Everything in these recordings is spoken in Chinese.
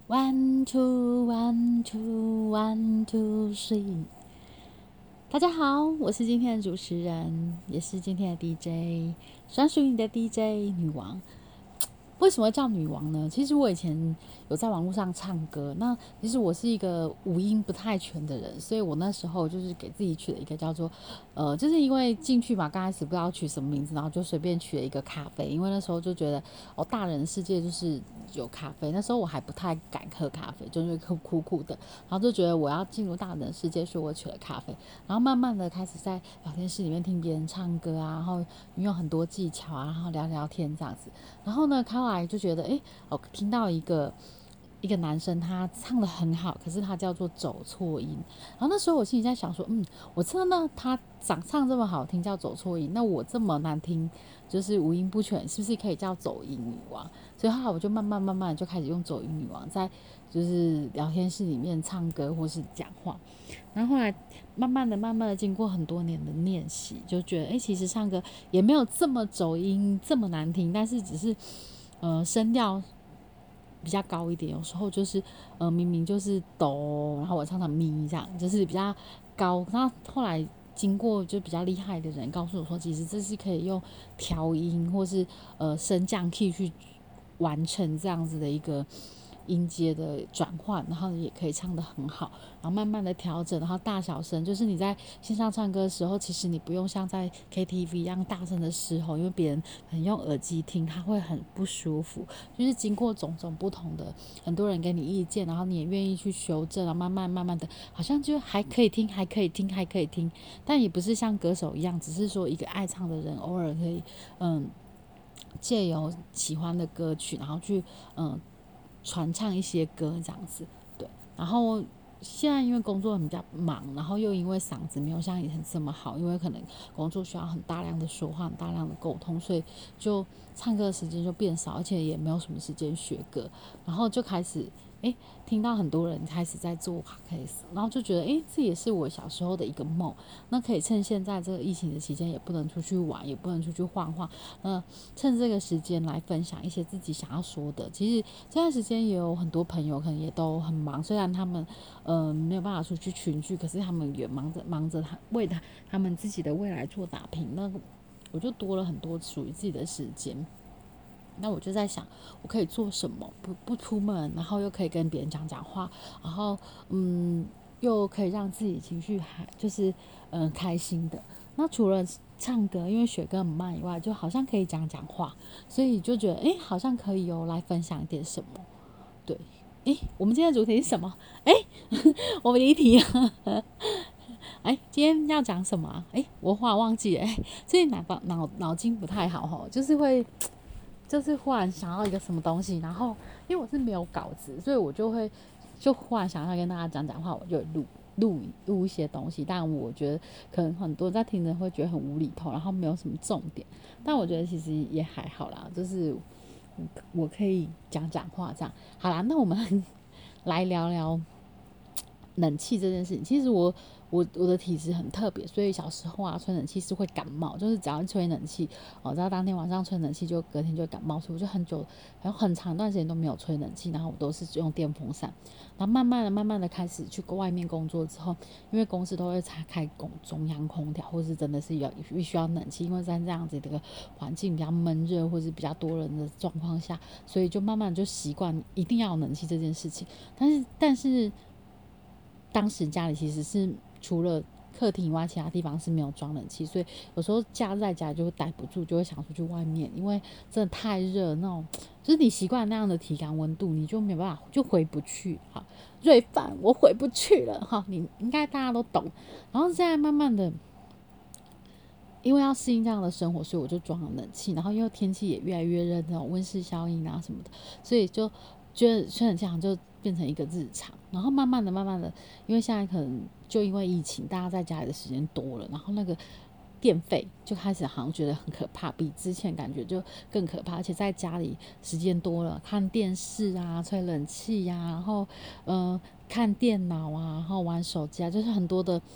One two one two one two three。大家好，我是今天的主持人，也是今天的 DJ， 专属你的 DJ 女王。为什么叫女王呢？其实我以前有在网络上唱歌，那其实我是一个五音不太全的人，所以我那时候就是给自己取了一个叫做就是因为进去嘛，刚开始不知道取什么名字，然后就随便取了一个咖啡，因为那时候就觉得大人的世界就是有咖啡，那时候我还不太敢喝咖啡，就因为苦苦的，然后就觉得我要进入大人的世界，所以我取了咖啡，然后慢慢的开始在聊天室里面听别人唱歌啊，然后运用很多技巧啊，然后聊聊天这样子。然后呢，后来就觉得，我听到一个男生他唱的很好，可是他叫做走错音。然后那时候我心里在想说，我知道那他唱这么好听叫走错音，那我这么难听，就是五音不全，是不是可以叫走音女王？所以后来我就慢慢就开始用走音女王在就是聊天室里面唱歌或是讲话。然后后来慢慢的经过很多年的练习，就觉得其实唱歌也没有这么走音这么难听，但是只是声调比较高一点，有时候就是明明就是哆，然后我唱咪这样，就是比较高。然后后来经过就比较厉害的人告诉我说，其实这是可以用调音或是升降 key 去完成这样子的一个音阶的转换，然后也可以唱得很好，然后慢慢的调整，然后大小声，就是你在线上唱歌的时候，其实你不用像在 KTV 一样大声的嘶吼，因为别人可能用耳机听，他会很不舒服。就是经过种种不同的，很多人给你意见，然后你也愿意去修正，然后慢慢的，好像就还可以听，还可以听，还可以听，但也不是像歌手一样，只是说一个爱唱的人偶尔可以借由喜欢的歌曲，然后去传唱一些歌这样子，对。然后现在因为工作比较忙，然后又因为嗓子没有像以前这么好，因为可能工作需要很大量的说话、很大量的沟通，所以就唱歌的时间就变少，而且也没有什么时间学歌，然后就开始听到很多人开始在做 podcast， 然后就觉得这也是我小时候的一个梦。那可以趁现在这个疫情的期间，也不能出去玩，也不能出去晃晃，那趁这个时间来分享一些自己想要说的。其实这段时间也有很多朋友可能也都很忙，虽然他们没有办法出去群聚，可是他们也忙着为他们自己的未来做打拼。那我就多了很多属于自己的时间。那我就在想，我可以做什么？不出门，然后又可以跟别人讲话，然后又可以让自己情绪就是开心的。那除了唱歌，因为学歌很慢以外，就好像可以讲话，所以就觉得好像可以来分享一点什么。对，我们今天的主题是什么？我们离题了。今天要讲什么啊？我忽然忘记了。最近脑筋不太好吼，就是忽然想要一个什么东西，然后因为我是没有稿子，所以我就忽然想要跟大家讲话，我就录一些东西。但我觉得可能很多人在听的会觉得很无厘头，然后没有什么重点。但我觉得其实也还好啦，就是我可以讲话这样。好啦，那我们来聊聊冷气这件事情。其实我的体质很特别，所以小时候吹冷气是会感冒，就是只要吹冷气，只要当天晚上吹冷气，就隔天就会感冒，所以我就很长一段时间都没有吹冷气，然后我都是用电风扇。然后慢慢的开始去外面工作之后，因为公司都会开中央空调，或是真的是必须要冷气，因为在这样子的一个环境比较闷热，或是比较多人的状况下，所以就慢慢就习惯一定要有冷气这件事情。但是当时家里其实是除了客厅以外，其他地方是没有装冷气，所以有时候假日在家就会待不住，就会想出去外面，因为真的太热，那种就是你习惯那样的体感温度，你就没办法，就回不去。好，瑞凡，我回不去了哈，你应该大家都懂。然后现在慢慢的，因为要适应这样的生活，所以我就装了冷气。然后因为天气也越来越热，那种温室效应啊什么的，所以就觉得吹冷气好像就变成一个日常。然后慢慢的，因为现在可能就因为疫情，大家在家里的时间多了，然后那个电费就开始好像觉得很可怕，比之前感觉就更可怕。而且在家里时间多了，看电视啊，吹冷气啊，然后看电脑啊，然后玩手机啊，就是很多的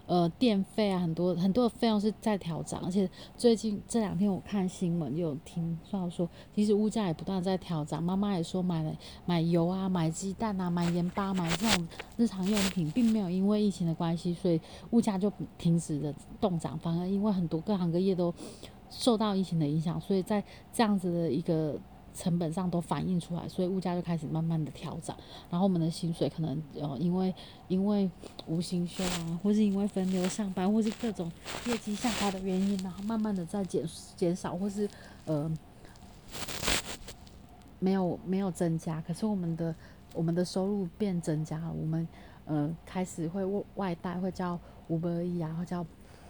电费啊，很多很多的费用是在调涨，而且最近这2天我看新闻就有听说，其实物价也不断在调涨。妈妈也说买油啊、买鸡蛋啊、买盐巴、买这种日常用品，并没有因为疫情的关系，所以物价就停止了动涨，反而因为很多各行各业都受到疫情的影响，所以在这样子的一个成本上都反映出来，所以物价就开始慢慢的调涨。然后我们的薪水可能因为无薪休啊，或是因为分流上班，或是各种业绩下滑的原因，然后慢慢的在减少，或是呃没有增加。可是我们的收入变增加了，我们开始会外带，会叫 Uber Eats 啊，会叫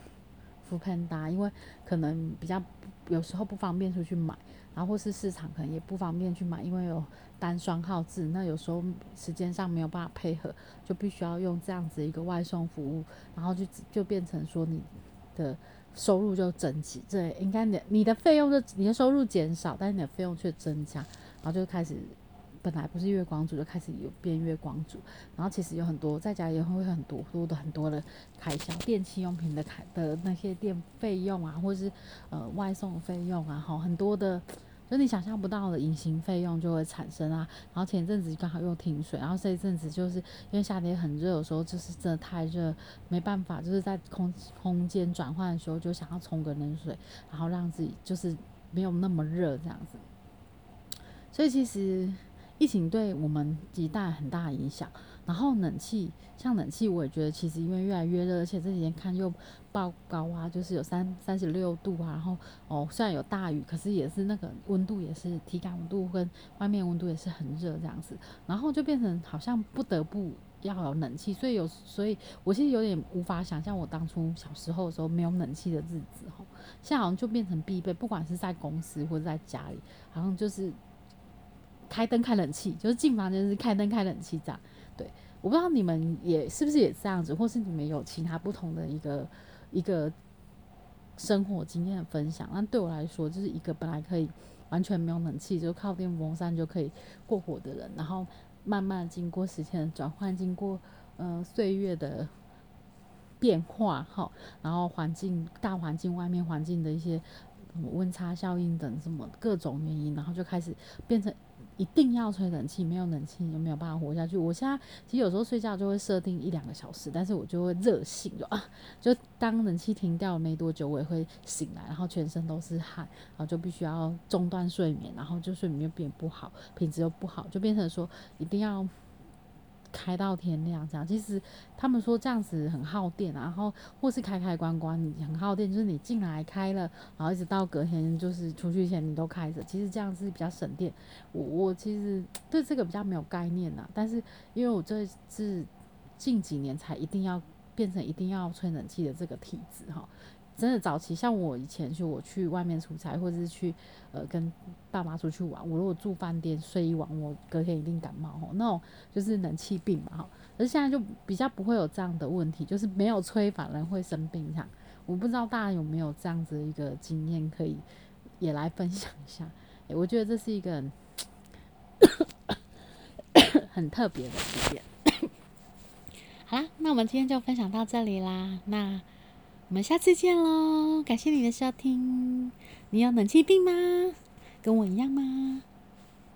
Foodpanda，因为可能比较有时候不方便出去买，然后或是市场可能也不方便去买，因为有单双号制，那有时候时间上没有办法配合，就必须要用这样子一个外送服务，然后就变成说你的收入就增级，对，应该你的费用你的收入减少，但是你的费用却增加，然后就开始。本来不是月光族，就开始有变月光族，然后其实有很多在家也会很多的开销，电器用品的那些电费用啊，或是外送费用啊，很多的，就你想象不到的隐形费用就会产生啊。然后前阵子刚好又停水，然后这一阵子就是因为夏天很热，有时候就是真的太热，没办法，就是在空间转换的时候就想要冲个冷水，然后让自己就是没有那么热这样子。所以其实疫情对我们其实带来很大的影响。然后像冷气，我也觉得其实因为越来越热，而且这几天看又爆高啊，就是有36度啊，然后虽然有大雨，可是也是那个温度也是体感温度跟外面温度也是很热这样子，然后就变成好像不得不要有冷气，所以我其实有点无法想象我当初小时候的时候没有冷气的日子现在好像就变成必备，不管是在公司或者在家里，好像就是开灯开冷气，就是进房间是开灯开冷气这样。对，我不知道你们也是不是也这样子，或是你们有其他不同的一个生活经验的分享。那对我来说，就是一个本来可以完全没有冷气，就靠电风扇就可以过活的人，然后慢慢经过时间的转换，经过岁月的变化然后大环境外面环境的一些温差效应等什么各种原因，然后就开始变成一定要吹冷气，没有冷气你就没有办法活下去。我现在其实有时候睡觉就会设定1-2个小时，但是我就会热醒，就当冷气停掉了没多久，我也会醒来，然后全身都是汗，然后就必须要中断睡眠，然后就睡眠又变不好，品质又不好，就变成说一定要开到天亮这样。其实他们说这样子很耗电然后或是开关关你很耗电，就是你进来开了，然后一直到隔天就是出去前你都开着，其实这样是比较省电。我其实对这个比较没有概念但是因为我这是近几年才变成一定要吹冷气的这个体质真的早期像我以前我去外面出差，或者是去跟爸妈出去玩，我如果住饭店睡一晚，我隔天一定感冒那种就是冷气病嘛可是现在就比较不会有这样的问题，就是没有吹反而会生病这样。我不知道大家有没有这样子的一个经验可以也来分享一下。我觉得这是一个很特别的体验。好啦，那我们今天就分享到这里啦，那我们下次见咯，感谢你的收听。你有冷气病吗？跟我一样吗？